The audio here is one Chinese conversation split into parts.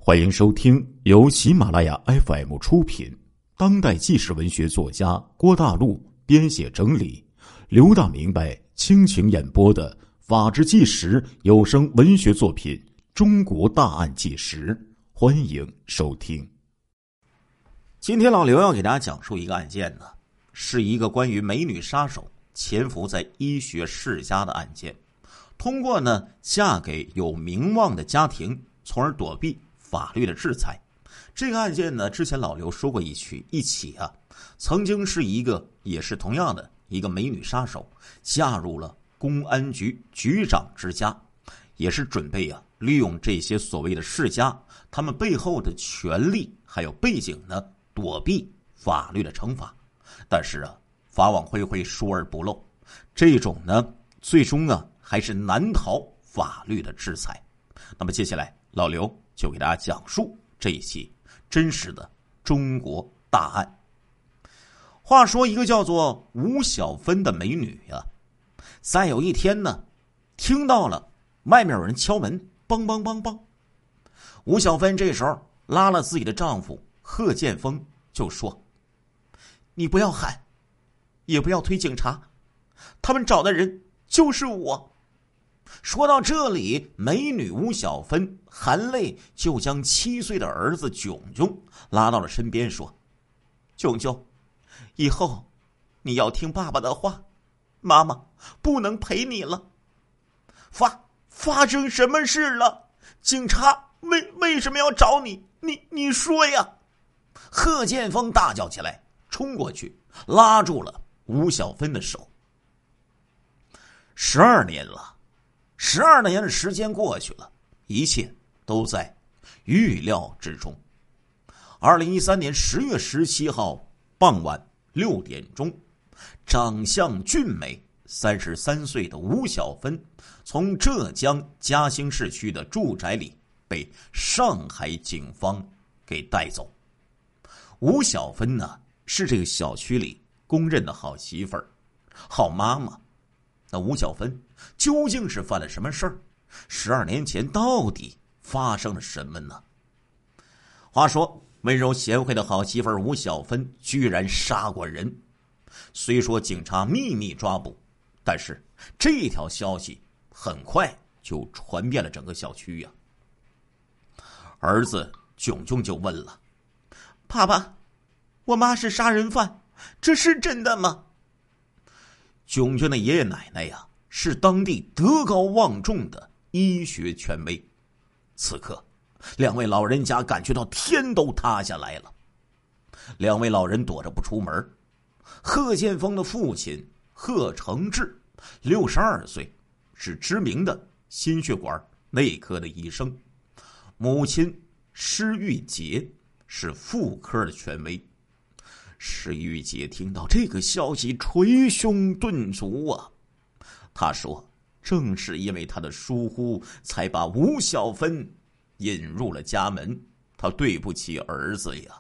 欢迎收听由喜马拉雅 FM 出品，当代纪实文学作家郭大陆编写整理，刘大明白倾情演播的法治纪实有声文学作品《中国大案纪实》，欢迎收听。 今天老刘要给大家讲述一个案件呢，是一个关于美女杀手潜伏在医学世家的案件，通过呢嫁给有名望的家庭，从而躲避法律的制裁。这个案件呢，之前老刘说过一起啊，曾经是一个也是同样的一个美女杀手嫁入了公安局局长之家，也是准备利用这些所谓的世家他们背后的权力还有背景呢，躲避法律的惩罚。但是法网恢恢，疏而不漏，这种呢最终还是难逃法律的制裁。那么接下来老刘就给大家讲述这一起真实的中国大案。话说一个叫做吴小芬的美女在有一天呢，听到了外面有人敲门，梆梆梆梆。吴小芬这时候拉了自己的丈夫贺建峰，就说：“你不要喊，也不要推警察，他们找的人就是我。”说到这里，美女吴小芬含泪就将7岁的儿子炯炯拉到了身边，说：“炯炯，以后你要听爸爸的话，妈妈不能陪你了。发生什么事了？警察为什么要找你？你说呀！”贺建峰大叫起来，冲过去拉住了吴小芬的手。12年了，12年的时间过去了，一切都在预料之中。2013年10月17号傍晚6点钟，长相俊美33岁的吴小芬从浙江嘉兴市区的住宅里被上海警方给带走。吴小芬呢，是这个小区里公认的好媳妇儿、好妈妈。那吴小芬究竟是犯了什么事儿？12年前到底发生了什么呢？话说温柔贤惠的好媳妇儿吴小芬居然杀过人。虽说警察秘密抓捕，但是这条消息很快就传遍了整个小区呀。儿子炯炯就问了：“爸爸，我妈是杀人犯，这是真的吗？”炯炯的爷爷奶奶是当地德高望重的医学权威。此刻两位老人家感觉到天都塌下来了。两位老人躲着不出门。贺建峰的父亲贺承志62岁，是知名的心血管内科的医生。母亲施玉洁是妇科的权威。施玉洁听到这个消息，捶胸顿足他说：“正是因为他的疏忽，才把吴小芬引入了家门，他对不起儿子呀。”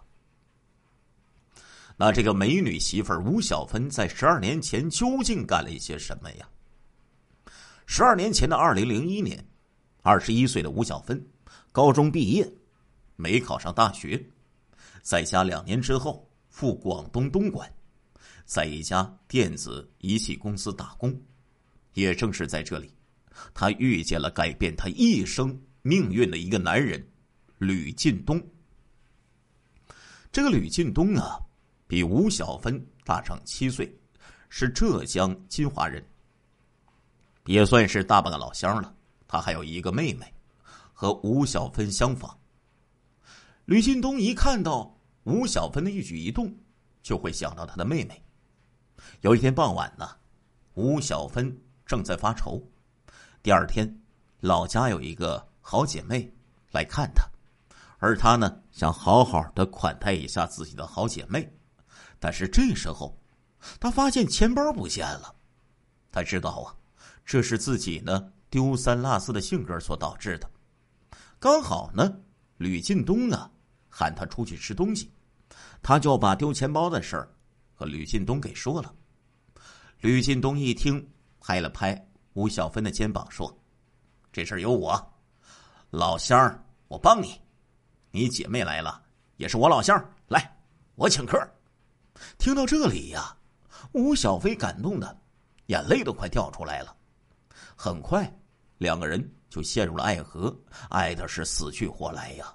那这个美女媳妇吴小芬在12年前究竟干了一些什么呀？12年前的2001年，21岁的吴小芬高中毕业，没考上大学，在家2年之后赴广东东莞，在一家电子仪器公司打工。也正是在这里，他遇见了改变他一生命运的一个男人吕进东。这个吕进东比吴小芬大上7岁，是浙江金华人，也算是大半个老乡了。他还有一个妹妹，和吴小芬相仿。吕进东一看到吴小芬的一举一动，就会想到他的妹妹。有一天傍晚呢，吴小芬正在发愁。第二天，老家有一个好姐妹来看他，而他呢想好好的款待一下自己的好姐妹。但是这时候，他发现钱包不见了。他知道这是自己呢丢三落四的性格所导致的。刚好呢，吕进东喊他出去吃东西，他就把丢钱包的事儿和吕进东给说了。吕进东一听，拍了拍吴小芬的肩膀说：“这事儿有我，老乡儿，我帮你。” 你姐妹来了，也是我老乡，来，我请客。听到这里呀，吴小飞感动的眼泪都快掉出来了。很快两个人就陷入了爱河，爱的是死去活来呀。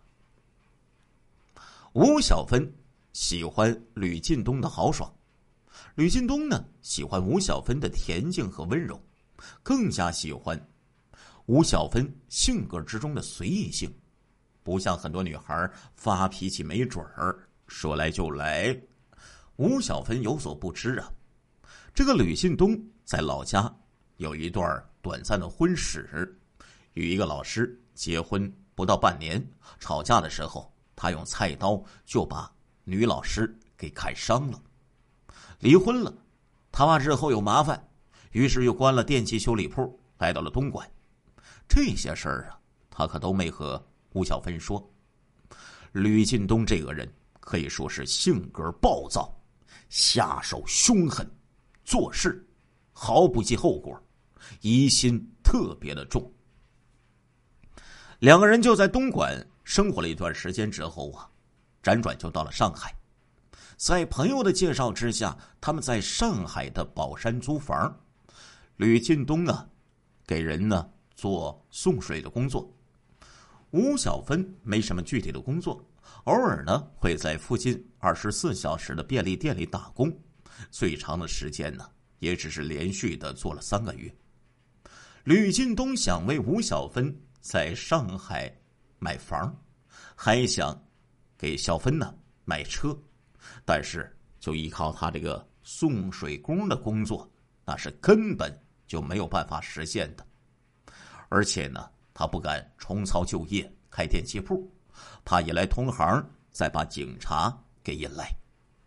吴小芬喜欢吕进东的豪爽，吕进东呢喜欢吴小芬的恬静和温柔，更加喜欢吴小芬性格之中的随意性，不像很多女孩发脾气没准儿，说来就来。吴小芬有所不知啊，这个吕进东在老家有一段短暂的婚史，与一个老师结婚不到半年，吵架的时候他用菜刀就把女老师给砍伤了。离婚了，他怕日后有麻烦，于是又关了电器修理铺，来到了东莞。这些事儿啊，他可都没和吴小芬说。吕进东这个人可以说是性格暴躁，下手凶狠，做事毫不计后果，疑心特别的重。两个人就在东莞生活了一段时间之后啊，辗转就到了上海。在朋友的介绍之下，他们在上海的宝山租房。吕进东啊，给人呢做送水的工作。吴小芬没什么具体的工作，偶尔呢会在附近24小时的便利店里打工，最长的时间呢也只是连续的做了3个月。吕进东想为吴小芬在上海买房，还想给小芬呢买车，但是就依靠他这个送水工的工作，那是根本就没有办法实现的。而且呢，他不敢重操旧业开电器铺，怕引来同行，再把警察给引来。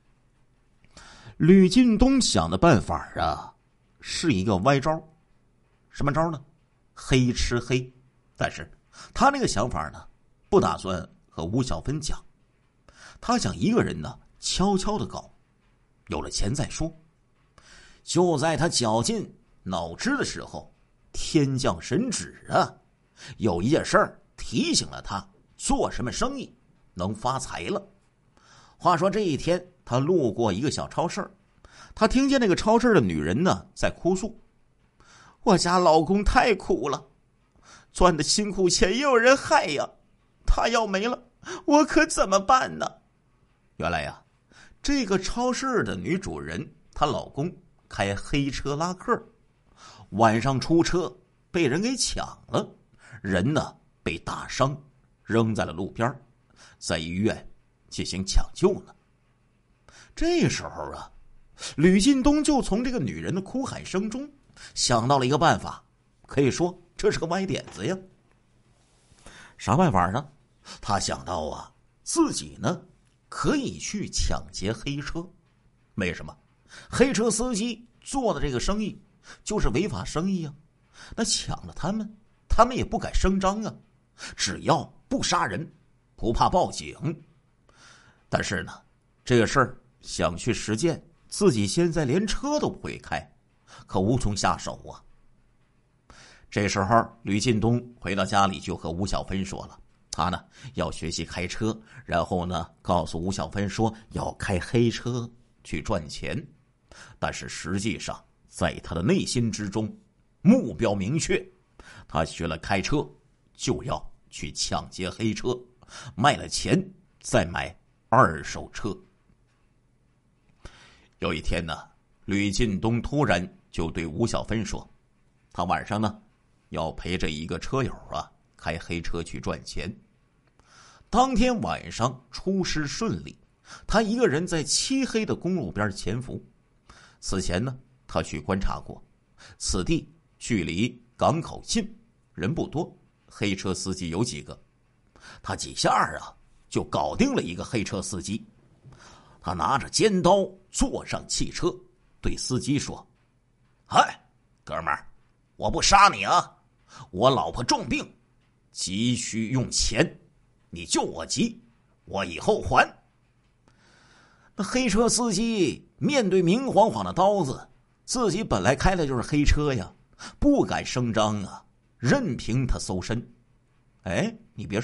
吕进东想的办法啊，是一个歪招。什么招呢？黑吃黑。但是他那个想法呢，不打算和吴小芬讲，他想一个人呢悄悄的搞，有了钱再说。就在他绞尽脑汁的时候，天降神旨啊，有一件事儿提醒了他做什么生意能发财了。话说这一天，他路过一个小超市，他听见那个超市的女人呢在哭诉：我家老公太苦了，赚的辛苦钱也有人害呀，他要没了，我可怎么办呢？原来呀，这个超市的女主人，她老公开黑车拉客，晚上出车被人给抢了，人呢被打伤，扔在了路边，在医院进行抢救呢。这时候啊，吕进东就从这个女人的哭喊声中想到了一个办法，可以说这是个歪点子呀。啥办法呢？他想到啊，自己呢可以去抢劫黑车。为什么？黑车司机做的这个生意就是违法生意啊，那抢了他们也不敢声张啊，只要不杀人，不怕报警。但是呢，这个事儿想去实践，自己现在连车都不会开，可无从下手啊。这时候吕进东回到家里就和吴小芬说了，他呢要学习开车，然后呢告诉吴小芬说要开黑车去赚钱。但是实际上在他的内心之中目标明确，他学了开车就要去抢劫黑车，卖了钱再买2手车。有一天呢，吕进东突然就对吴小芬说，他晚上呢要陪着一个车友啊开黑车去赚钱。当天晚上出师顺利，他一个人在漆黑的公路边潜伏。此前呢，他去观察过，此地距离港口近，人不多，黑车司机有几个。他几下啊就搞定了一个黑车司机。他拿着尖刀坐上汽车，对司机说：嗨，哥们儿，我不杀你啊，我老婆重病，急需用钱，你救我急，我以后还。那黑车司机面对明晃晃的刀子，自己本来开的就是黑车呀，不敢声张啊，任凭他搜身。哎，你别说，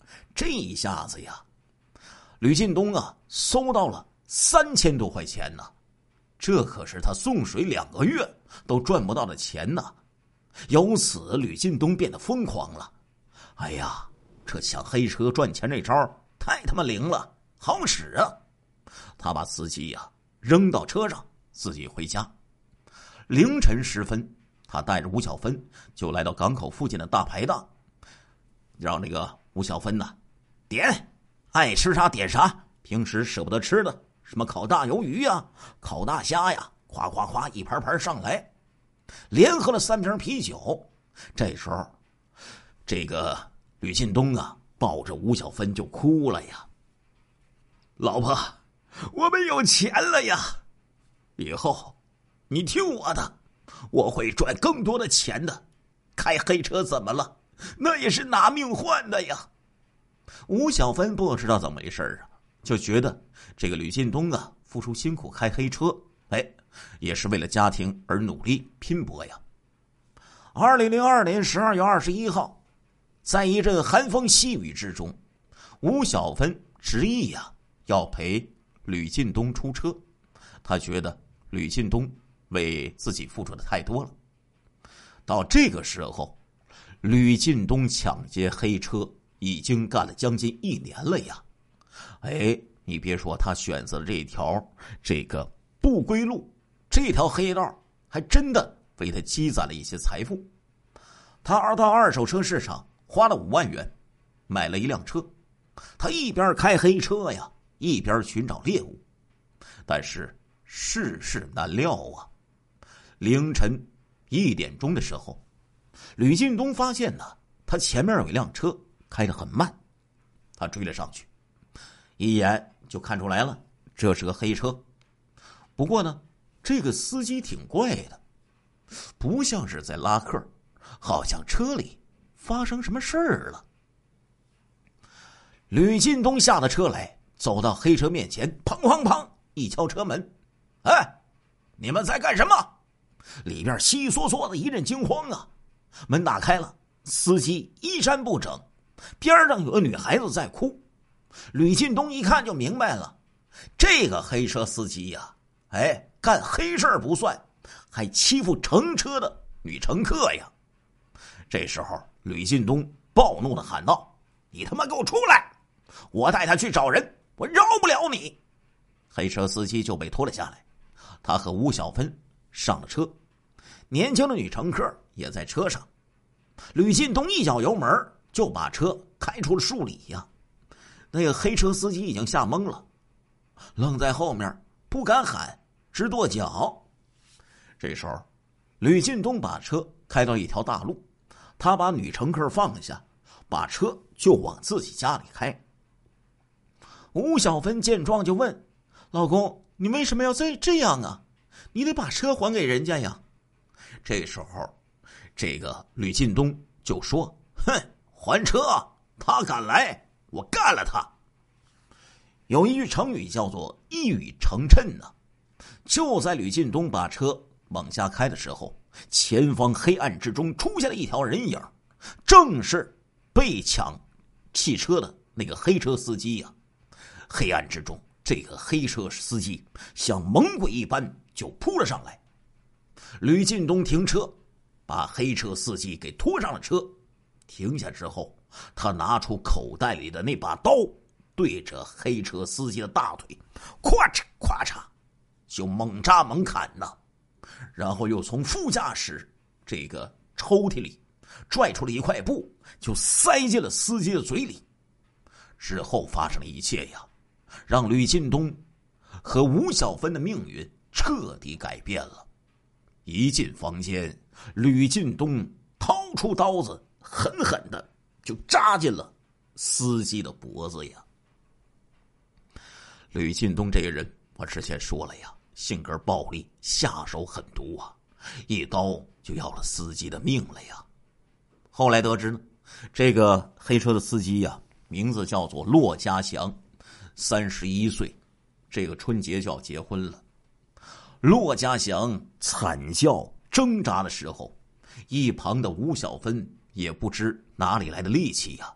这一下子呀，吕进东啊搜到了3000多块钱呢，这可是他送水2个月都赚不到的钱呢。由此吕进东变得疯狂了。哎呀，这抢黑车赚钱这招太他妈灵了，好使啊！他把司机呀扔到车上，自己回家。凌晨时分，他带着吴小芬就来到港口附近的大排档，让那个吴小芬呢点，爱吃啥点啥，平时舍不得吃的什么烤大鱿鱼呀、烤大虾呀，夸夸夸一盘盘上来，连喝了3瓶啤酒。这时候这个吕进东啊抱着吴小芬就哭了呀。老婆，我们有钱了呀，以后你听我的，我会赚更多的钱的。开黑车怎么了？那也是拿命换的呀。吴小芬不知道怎么回事啊，就觉得这个吕进东啊付出辛苦开黑车，也是为了家庭而努力拼搏呀。2002年12月21号，在一阵寒风细雨之中，吴小芬执意呀要陪吕进东出车。他觉得吕进东为自己付出的太多了。到这个时候，吕进东抢劫黑车已经干了将近1年了呀。你别说，他选择了这个不归路，这条黑道还真的为他积攒了一些财富。他到二手车市场花了5万元买了一辆车，他一边开黑车呀，一边寻找猎物。但是世事难料啊，凌晨1点钟的时候，吕进东发现呢，他前面有一辆车开得很慢，他追了上去，一眼就看出来了，这是个黑车。不过呢，这个司机挺怪的，不像是在拉客，好像车里发生什么事儿了。吕进东下了车来，走到黑车面前，砰砰砰一敲车门，你们在干什么？里边稀嗦嗦的一阵惊慌啊！门打开了，司机衣衫不整，边上有个女孩子在哭。吕进东一看就明白了，这个黑车司机呀，干黑事不算，还欺负乘车的女乘客呀。这时候吕进东暴怒地喊道：你他妈给我出来，我带他去找人，我饶不了你。黑车司机就被拖了下来，他和吴小芬上了车，年轻的女乘客也在车上。吕进东一脚油门就把车开出了数里呀。那个黑车司机已经吓懵了，愣在后面不敢喊，直跺脚。这时候吕进东把车开到一条大路，他把女乘客放下，把车就往自己家里开。吴小芬见状就问：老公，你为什么要这样啊？你得把车还给人家呀。这时候这个吕进东就说：还车，他敢来我干了他。有一句成语叫做一语成谶呢。就在吕进东把车往下开的时候，前方黑暗之中出现了一条人影，正是被抢汽车的那个黑车司机呀。黑暗之中，这个黑车司机像猛鬼一般就扑了上来。吕进东停车，把黑车司机给拖上了车。停下之后，他拿出口袋里的那把刀，对着黑车司机的大腿咵嚓咵嚓就猛扎猛砍呢。然后又从副驾驶这个抽屉里拽出了一块布，就塞进了司机的嘴里。之后发生的一切呀，让吕进东和吴小芬的命运彻底改变了。一进房间，吕进东掏出刀子，狠狠的就扎进了司机的脖子呀。吕进东这个人，我之前说了呀，性格暴力，下手狠毒啊，一刀就要了司机的命了呀。后来得知呢，这个黑车的司机呀，名字叫做骆家祥，31岁，这个春节就要结婚了。骆家祥惨叫挣扎的时候，一旁的吴小芬也不知哪里来的力气呀，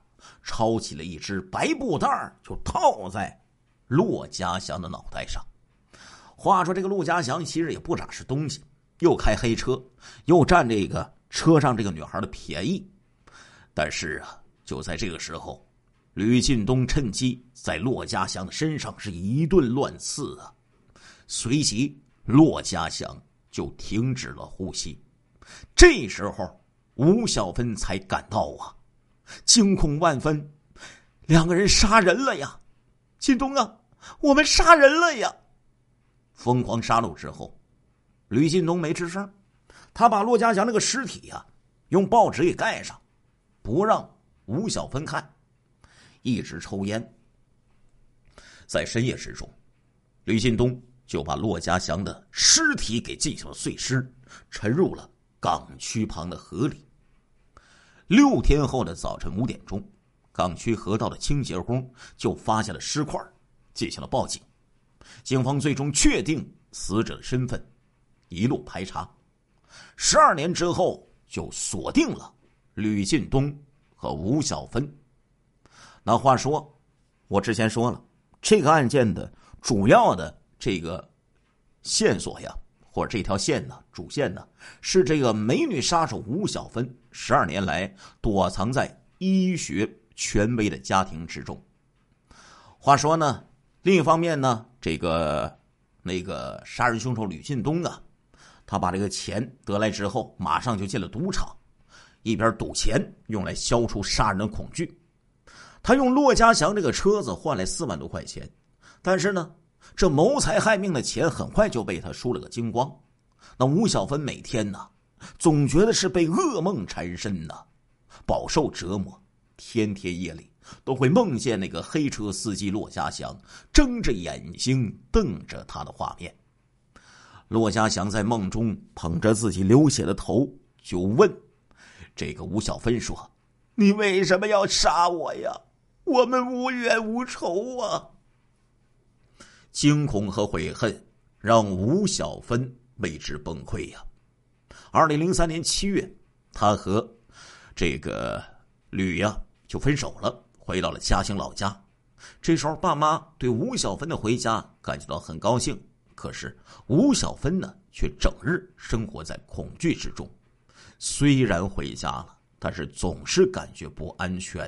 抄起了一只白布袋就套在骆家祥的脑袋上。话说这个骆家祥其实也不咋是东西，又开黑车，又占这个车上这个女孩的便宜。但是就在这个时候，吕进东趁机在骆家祥的身上是一顿乱刺啊！随即骆家祥就停止了呼吸。这时候吴小芬才赶到啊，惊恐万分，两个人杀人了呀！进东啊，我们杀人了呀！疯狂杀戮之后，吕进东没吱声，他把骆家祥那个尸体用报纸给盖上，不让吴小芬看，一直抽烟。在深夜之中，吕进东就把骆家祥的尸体给进行了碎尸，沉入了港区旁的河里。6天后的早晨5点钟，港区河道的清洁工就发现了尸块，进行了报警。警方最终确定死者的身份，一路排查。12年之后，就锁定了吕进东和吴小芬。那话说，我之前说了，这个案件的主要的这个线索呀，或者这条线呢，主线呢，是这个美女杀手吴小芬12年来躲藏在医学权威的家庭之中。话说呢，另一方面呢，那个杀人凶手吕进东他把这个钱得来之后，马上就进了赌场，一边赌钱用来消除杀人的恐惧。他用骆家祥这个车子换来4万多块钱，但是呢，这谋财害命的钱很快就被他输了个精光。那吴小芬每天总觉得是被噩梦缠身饱受折磨，天天夜里都会梦见那个黑车司机骆家祥睁着眼睛瞪着他的画面。骆家祥在梦中捧着自己流血的头，就问这个吴小芬说：“你为什么要杀我呀？我们无冤无仇啊！”惊恐和悔恨让吴小芬为之崩溃呀。2003年7月，他和这个吕就分手了，回到了嘉兴老家。这时候爸妈对吴小芬的回家感觉到很高兴，可是吴小芬却整日生活在恐惧之中。虽然回家了，但是总是感觉不安全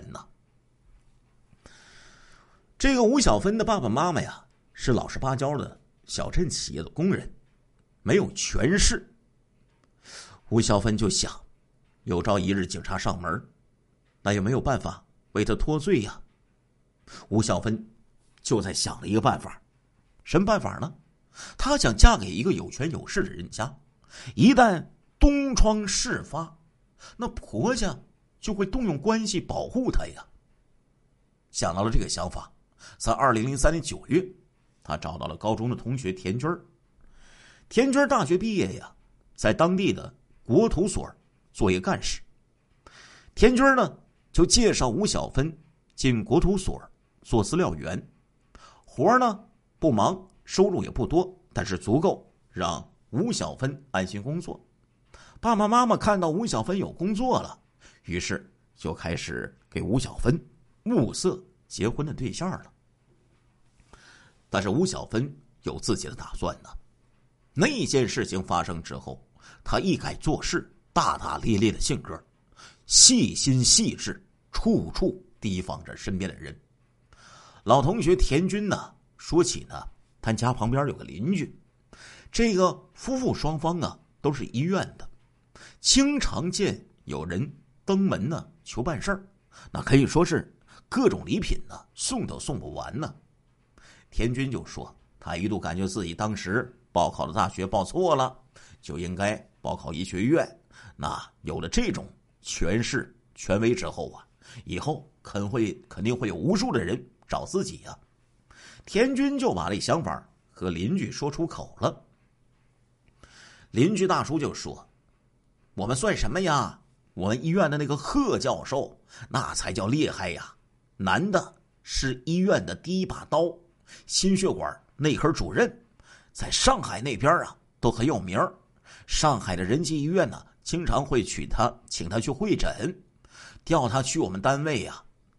这个吴小芬的爸爸妈妈是老实巴交的小镇企业的工人，没有权势。吴小芬就想，有朝一日警察上门，那也没有办法为他脱罪吴小芬就在想了一个办法。什么办法呢？她想嫁给一个有权有势的人家，一旦东窗事发，那婆家就会动用关系保护她呀。想到了这个想法，在2003年9月，他找到了高中的同学田军。田军大学毕业在当地的国土所做一个干事。田军就介绍吴小芬进国土所做资料员，活不忙，收入也不多，但是足够让吴小芬安心工作。爸爸妈妈看到吴小芬有工作了，于是就开始给吴小芬物色结婚的对象了。但是吴小芬有自己的打算那件事情发生之后，他一改做事大大咧咧的性格，细心细致，处处提防着身边的人。老同学田军说起他家旁边有个邻居，这个夫妇双方都是医院的，经常见有人登门求办事儿，那可以说是各种礼品送都送不完田军就说，他一度感觉自己当时报考的大学报错了，就应该报考医学院。那有了这种权势权威之后以后肯定会有无数的人找自己田军就把这想法和邻居说出口了。邻居大叔就说，我们算什么呀？我们医院的那个贺教授那才叫厉害呀，男的是医院的第一把刀，心血管内科主任，在上海那边都很有名。上海的仁济医院经常会请他去会诊，调他去我们单位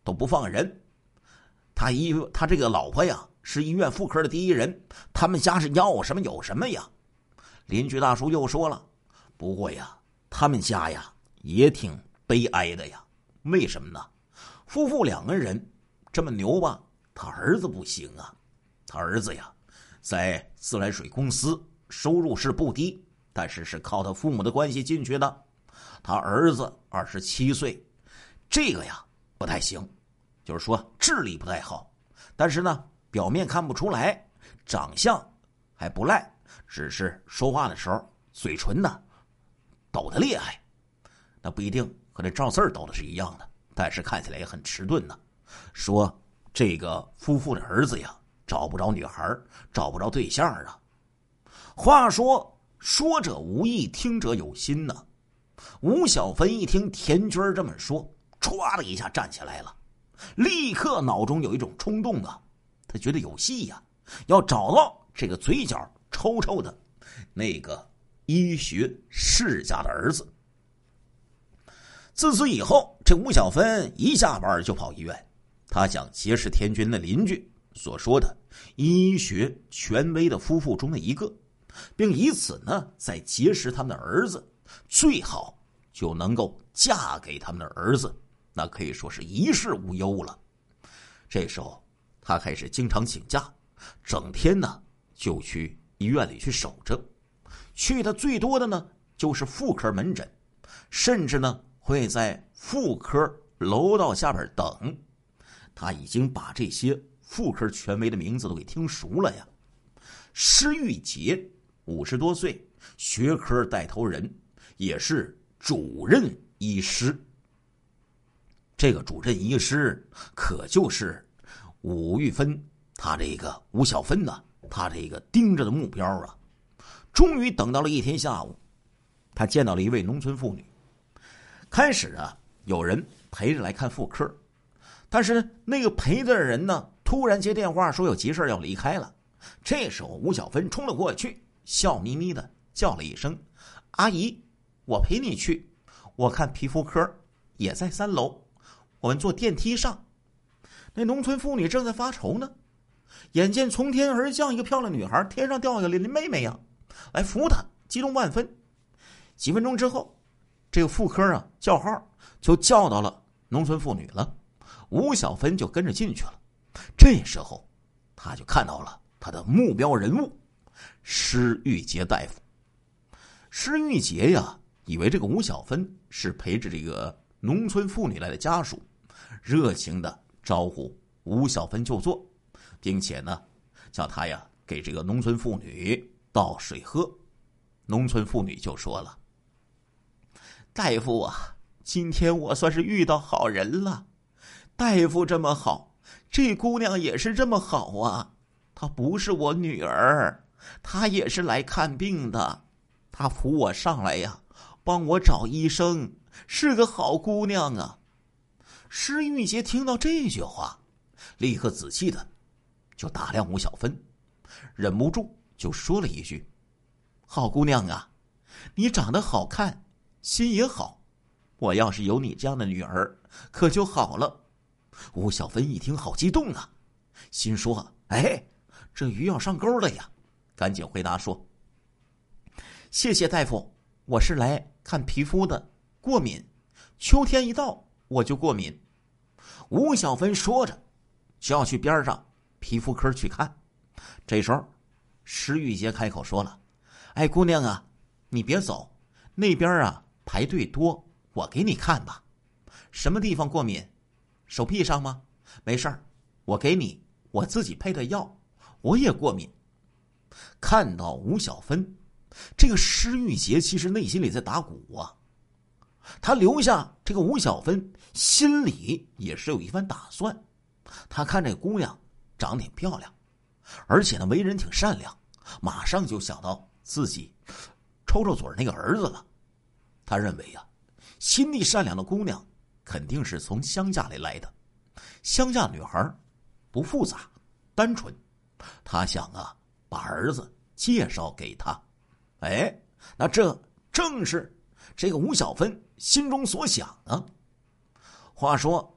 都不放人。他这个老婆呀是医院妇科的第一人，他们家是要什么有什么呀。邻居大叔又说了，不过呀，他们家呀也挺悲哀的呀。为什么呢？夫妇2个人这么牛吧，他儿子不行啊。他儿子呀在自来水公司收入是不低，但是是靠他父母的关系进去的。他儿子27岁，这个呀不太行，就是说智力不太好，但是呢表面看不出来，长相还不赖，只是说话的时候嘴唇呢抖得厉害。那不一定和这赵四儿抖的是一样的，但是看起来也很迟钝呢。说这个夫妇的儿子呀找不着女孩，找不着对象啊。话说者无意，听者有心呢。吴小芬一听田军这么说，唰的一下站起来了，立刻脑中有一种冲动啊，他觉得有戏呀，要找到这个嘴角抽抽的那个医学世家的儿子。自此以后，这吴小芬一下班就跑医院，他想结识田军的邻居所说的医学权威的夫妇中的一个，并以此呢再结识他们的儿子，最好就能够嫁给他们的儿子，那可以说是一世无忧了。这时候他开始经常请假，整天呢就去医院里去守着，去的最多的呢就是妇科门诊，甚至呢会在妇科楼道下边等。他已经把这些妇科权威的名字都给听熟了呀。施玉杰50多岁，学科带头人，也是主任医师。这个主任医师可就是吴玉芬，他这个吴小芬呢，他这个盯着的目标啊。终于等到了一天下午，他见到了一位农村妇女。开始啊，有人陪着来看妇科，但是那个陪着的人呢，突然接电话说有急事要离开了。这时候吴小芬冲了过去，笑眯眯的叫了一声：“阿姨，我陪你去，我看皮肤科也在3楼，我们坐电梯上。”那农村妇女正在发愁呢，眼见从天而降一个漂亮女孩，天上掉下来的妹妹呀，来扶她，激动万分。几分钟之后，这个妇科啊叫号就叫到了农村妇女了，吴小芬就跟着进去了。这时候他就看到了他的目标人物施玉杰大夫。施玉杰呀以为这个吴小芬是陪着这个农村妇女来的家属，热情的招呼吴小芬就坐，并且呢叫他呀给这个农村妇女倒水喝。农村妇女就说了：“大夫啊，今天我算是遇到好人了。大夫这么好，这姑娘也是这么好啊。她不是我女儿，她也是来看病的。她扶我上来呀，帮我找医生，是个好姑娘啊。”施玉杰听到这句话，立刻仔细的就打量吴小芬，忍不住就说了一句：“好姑娘啊，你长得好看，心也好，我要是有你这样的女儿，可就好了。”吴小芬一听好激动啊，心说：“哎，这鱼要上钩了呀！”赶紧回答说：“谢谢大夫，我是来看皮肤的，过敏，秋天一到我就过敏。”吴小芬说着就要去边上皮肤科去看。这时候施玉杰开口说了：“哎，姑娘啊，你别走，那边啊排队多，我给你看吧。什么地方过敏？手臂上吗？没事儿，我给你我自己配的药，我也过敏。”看到吴小芬，这个施玉杰其实内心里在打鼓啊。他留下这个吴小芬，心里也是有一番打算。他看这个姑娘长得挺漂亮，而且呢为人挺善良，马上就想到自己抽抽嘴那个儿子了。他认为啊，心地善良的姑娘肯定是从乡下里来的，乡下女孩不复杂单纯，他想啊把儿子介绍给他。哎，那这正是这个吴小芬心中所想啊。话说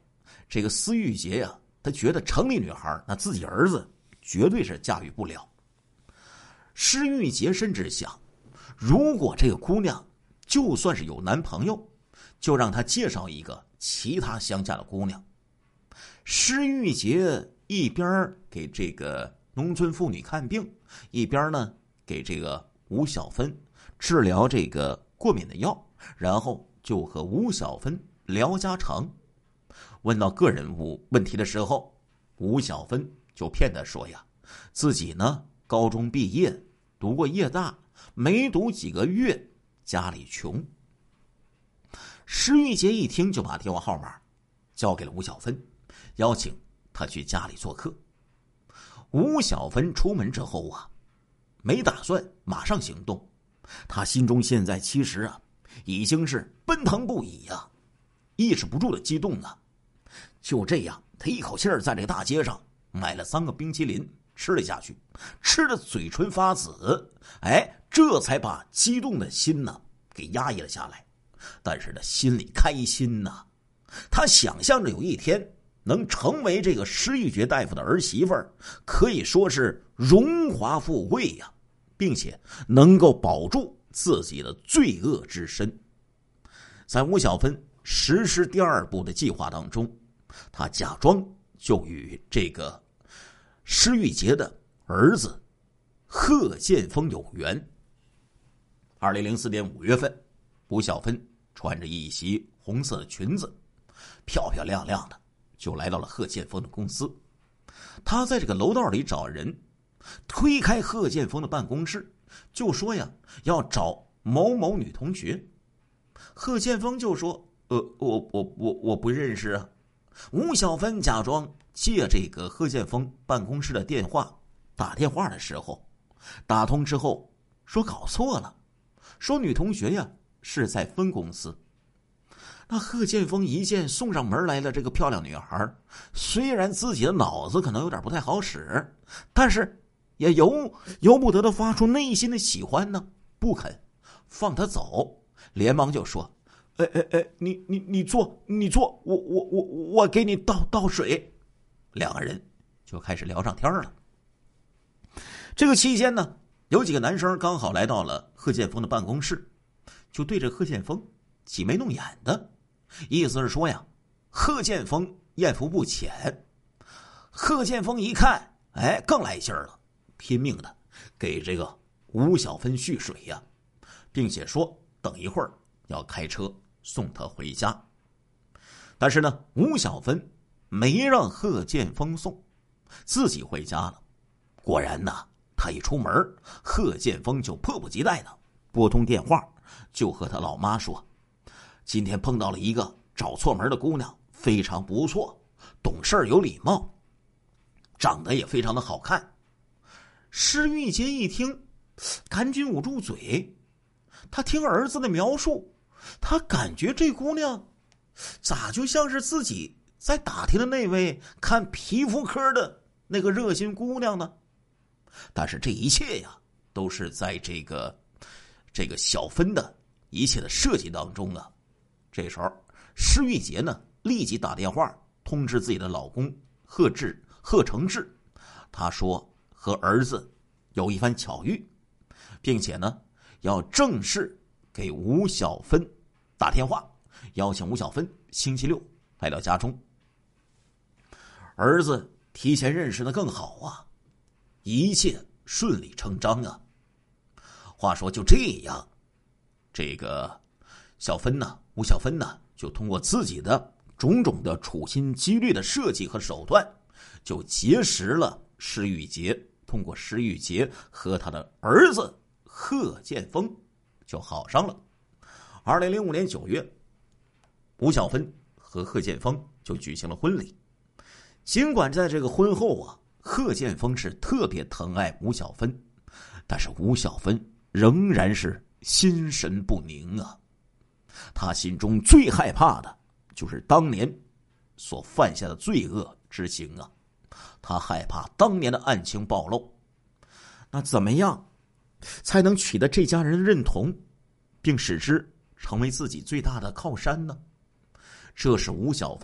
这个司玉洁呀，他觉得城里女孩那自己儿子绝对是驾驭不了。施玉洁甚至想，如果这个姑娘就算是有男朋友，就让她介绍一个其他乡下的姑娘。施玉洁一边给这个农村妇女看病，一边呢给这个吴小芬治疗这个过敏的药，然后就和吴小芬聊家常。问到个人问题的时候，吴小芬就骗他说呀，自己呢高中毕业，读过夜大，没读几个月，家里穷。施玉洁一听就把电话号码交给了吴小芬，邀请他去家里做客。吴小芬出门之后啊，没打算马上行动，他心中现在其实啊已经是奔腾不已啊，抑制不住的激动啊。就这样，他一口气在这个大街上买了3个冰淇淋吃了下去，吃的嘴唇发紫，这才把激动的心呢给压抑了下来。但是呢，心里开心呐，他想象着有一天能成为这个施玉珏大夫的儿媳妇儿，可以说是荣华富贵呀，并且能够保住自己的罪恶之身。在吴小芬实施第2步的计划当中，他假装就与这个施玉洁的儿子贺建峰有缘。2004年5月份，吴小芬穿着一袭红色的裙子，漂漂亮亮的就来到了贺建峰的公司。他在这个楼道里找人，推开贺建峰的办公室，就说呀要找某某女同学。贺建峰就说我不认识啊。吴小芬假装借这个贺建峰办公室的电话打电话的时候，打通之后说搞错了，说女同学呀是在分公司。那贺建峰一见送上门来的这个漂亮女孩，虽然自己的脑子可能有点不太好使，但是也由不得的发出内心的喜欢呢，不肯放她走，连忙就说你坐，我给你倒水。2个人就开始聊上天了。这个期间呢，有几个男生刚好来到了贺建峰的办公室，就对着贺建峰挤眉弄眼的，意思是说呀，贺建峰艳福不浅。贺建峰一看，更来劲儿了，拼命的给这个吴小芬续水呀，并且说等一会儿要开车送他回家。但是呢，吴小芬没让贺建峰送，自己回家了。果然呢，他一出门，贺建峰就迫不及待的拨通电话，就和他老妈说，今天碰到了一个找错门的姑娘，非常不错，懂事有礼貌，长得也非常的好看。施玉洁一听，赶紧捂住嘴。他听儿子的描述，他感觉这姑娘咋就像是自己在打听的那位看皮肤科的那个热心姑娘呢？但是这一切呀，都是在这个小芬的一切的设计当中啊。这时候施玉洁呢立即打电话通知自己的老公贺承志，他说和儿子有一番巧遇，并且呢要正式给吴小芬打电话，邀请吴小芬星期6来到家中。儿子提前认识的更好啊，一切顺理成章啊。话说就这样，这个吴小芬呢，就通过自己的种种的处心积虑的设计和手段，就结识了施玉洁，通过施玉洁和他的儿子贺建峰就好上了。2005年9月，吴小芬和贺建峰就举行了婚礼。尽管在这个婚后啊，贺建峰是特别疼爱吴小芬，但是吴小芬仍然是心神不宁啊。他心中最害怕的就是当年所犯下的罪恶之行啊，他害怕当年的案情暴露。那怎么样才能取得这家人的认同，并使之成为自己最大的靠山呢？这是吴小芬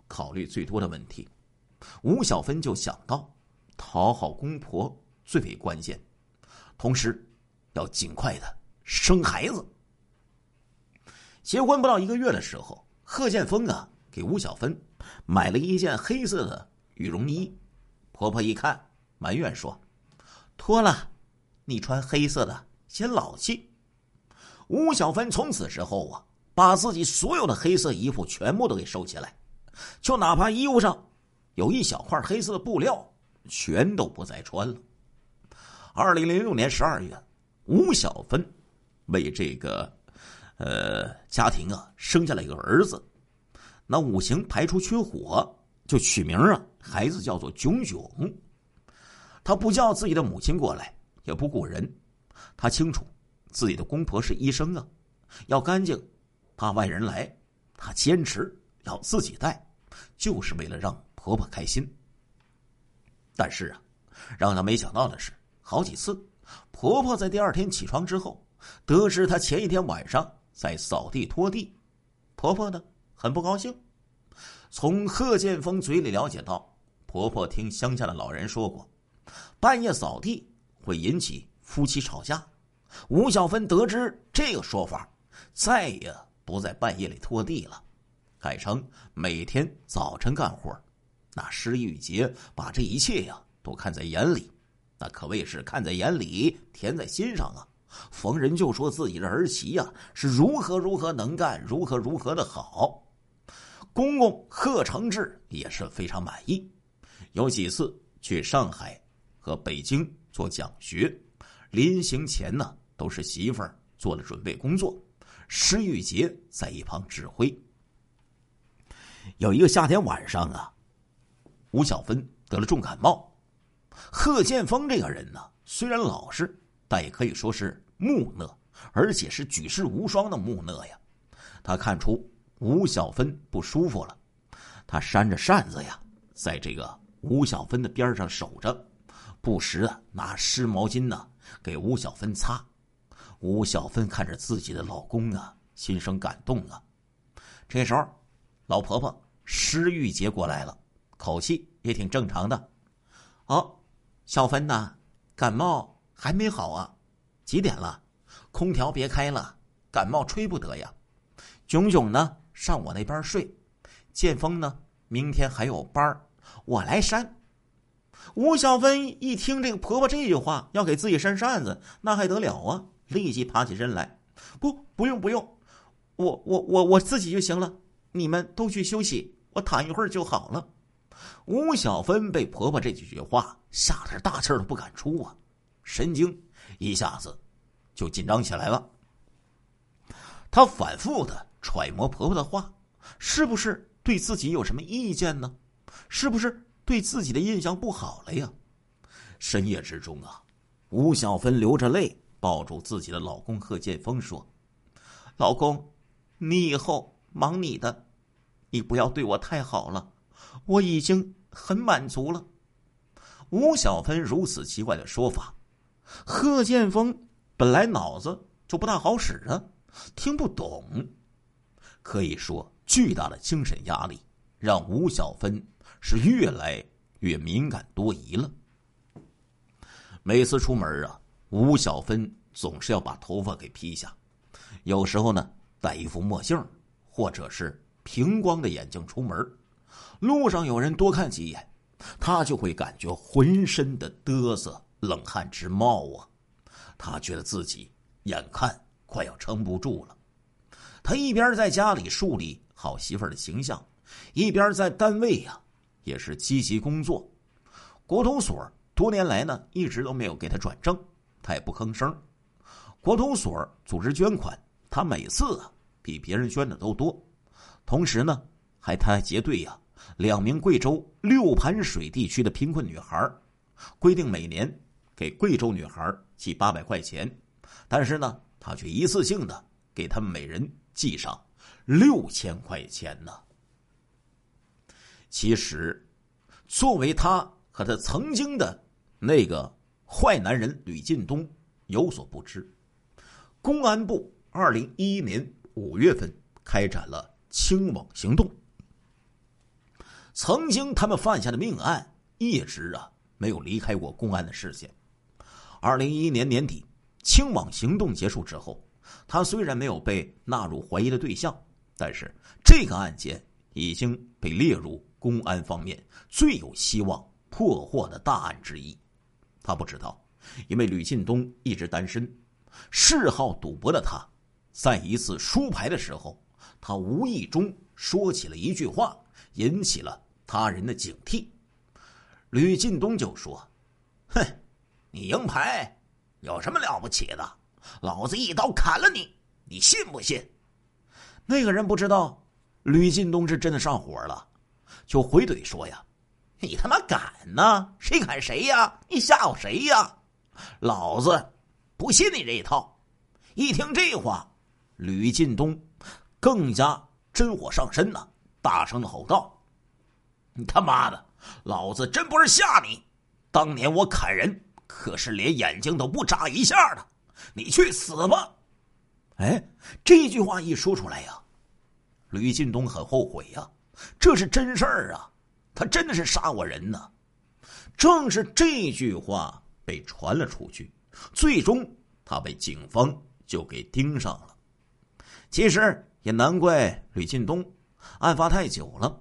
考虑最多的问题。吴小芬就想到，讨好公婆最为关键，同时要尽快的生孩子。结婚不到1个月的时候，贺建峰给吴小芬买了一件黑色的羽绒衣。婆婆一看，埋怨说：“脱了，你穿黑色的显老气。”吴小芬从此之后把自己所有的黑色衣服全部都给收起来，就哪怕衣服上有一小块黑色的布料，全都不再穿了。2006年12月，吴小芬为这个家庭生下了一个儿子，那五行排出缺火，就取名孩子叫做炯炯。他不叫自己的母亲过来，也不顾人，他清楚自己的公婆是医生要干净，怕外人来，他坚持要自己带，就是为了让婆婆开心。但是让他没想到的是，好几次婆婆在第2天起床之后，得知她前一天晚上在扫地拖地，婆婆呢很不高兴。从贺建峰嘴里了解到，婆婆听乡下的老人说过，半夜扫地会引起夫妻吵架。吴小芬得知这个说法，再也不在半夜里拖地了，改成每天早晨干活。那施玉洁把这一切都看在眼里，那可谓是看在眼里，甜在心上逢人就说自己的儿媳是如何如何能干，如何如何的好。公公贺承志也是非常满意，有几次去上海和北京做讲学，临行前都是媳妇儿做了准备工作，施玉洁在一旁指挥。有一个夏天晚上吴小芬得了重感冒。贺建峰这个人虽然老实，但也可以说是木讷，而且是举世无双的木讷呀。他看出吴小芬不舒服了，他扇着扇子在这个吴小芬的边上守着，不时拿湿毛巾给吴小芬擦。吴小芬看着自己的老公心生感动这时候老婆婆施玉洁过来了，口气也挺正常的。小芬感冒还没好几点了？空调别开了，感冒吹不得呀。炯炯呢上我那边睡，建峰呢明天还有班，我来扇。吴小芬一听这个婆婆这句话要给自己扇扇子，那还得了立即爬起身来，不用，我自己就行了，你们都去休息，我躺一会儿就好了。吴小芬被婆婆这几句话吓得大气儿都不敢出神经一下子就紧张起来了。她反复的揣摩婆婆的话，是不是对自己有什么意见呢？是不是对自己的印象不好了呀？深夜之中吴小芬流着泪抱住自己的老公贺建峰说：“老公，你以后忙你的，你不要对我太好了，我已经很满足了。”吴小芬如此奇怪的说法，贺建峰本来脑子就不大好使听不懂。可以说巨大的精神压力让吴小芬是越来越敏感多疑了。每次出门吴小芬总是要把头发给披下，有时候呢戴一副墨镜，或者是平光的眼镜出门。路上有人多看几眼，他就会感觉浑身的嘚瑟，冷汗直冒他觉得自己眼看快要撑不住了。他一边在家里树立好媳妇儿的形象，一边在单位也是积极工作。国统所多年来呢一直都没有给他转正，他也不吭声。国统所组织捐款，他每次比别人捐的都多。同时呢他结对2名贵州六盘水地区的贫困女孩，规定每年给贵州女孩寄800块钱，但是呢他却一次性的给他们每人寄上6000块钱呢。其实作为他和他曾经的那个坏男人吕进东有所不知，公安部2011年5月份开展了清网行动。 曾经他们犯下的命案一直没有离开过公安的视线。2011年年底，清网行动结束之后，他虽然没有被纳入怀疑的对象，但是这个案件已经被列入公安方面最有希望破获的大案之一。他不知道，因为吕进东一直单身，嗜好赌博的他，在一次输牌的时候，他无意中说起了一句话，引起了他人的警惕。吕进东就说：“哼，你赢牌有什么了不起的？老子一刀砍了你，你信不信？”那个人不知道吕进东是真的上火了，就回怼说呀：“你他妈敢呢？谁砍谁呀？你吓唬谁呀？老子不信你这一套。”一听这话，吕进东更加真火上身了，大声的吼道：“你他妈的，老子真不是吓你！当年我砍人可是连眼睛都不眨一下的，你去死吧！”哎，这句话一说出来呀，吕进东很后悔呀，这是真事儿啊，他真的是杀过人呢。正是这句话被传了出去，最终他被警方就给盯上了。其实也难怪吕进东，案发太久了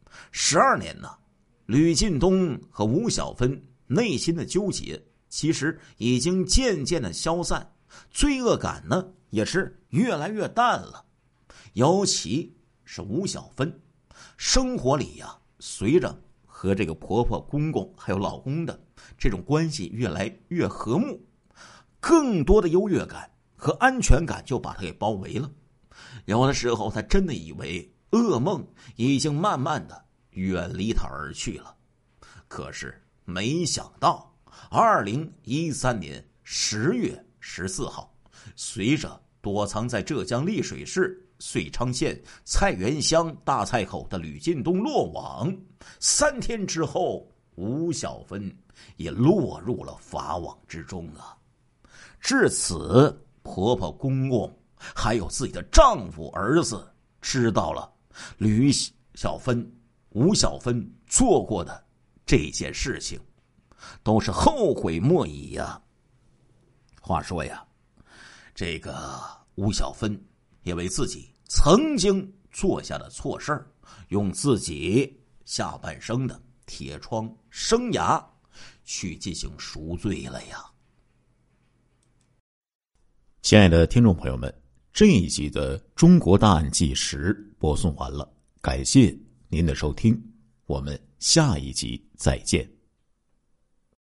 ，12年呢。吕进东和吴小芬内心的纠结其实已经渐渐的消散，罪恶感呢也是越来越淡了。尤其是吴小芬，生活里呀，随着和这个婆婆公公还有老公的这种关系越来越和睦，更多的优越感和安全感就把她给包围了。有的时候她真的以为噩梦已经慢慢的远离她而去了，可是没想到2013年10月14号，随着躲藏在浙江丽水市遂昌县菜园乡大菜口的吕进东落网，3天之后，吴小芬也落入了法网之中啊。至此，婆婆公公还有自己的丈夫儿子知道了吕小芬、吴小芬做过的这件事情，都是后悔莫已呀。话说呀，这个吴小芬也为自己曾经做下的错事儿，用自己下半生的铁窗生涯去进行赎罪了呀。 亲爱的听众朋友们，这一集的中国大案纪实播送完了，感谢您的收听，我们下一集再见。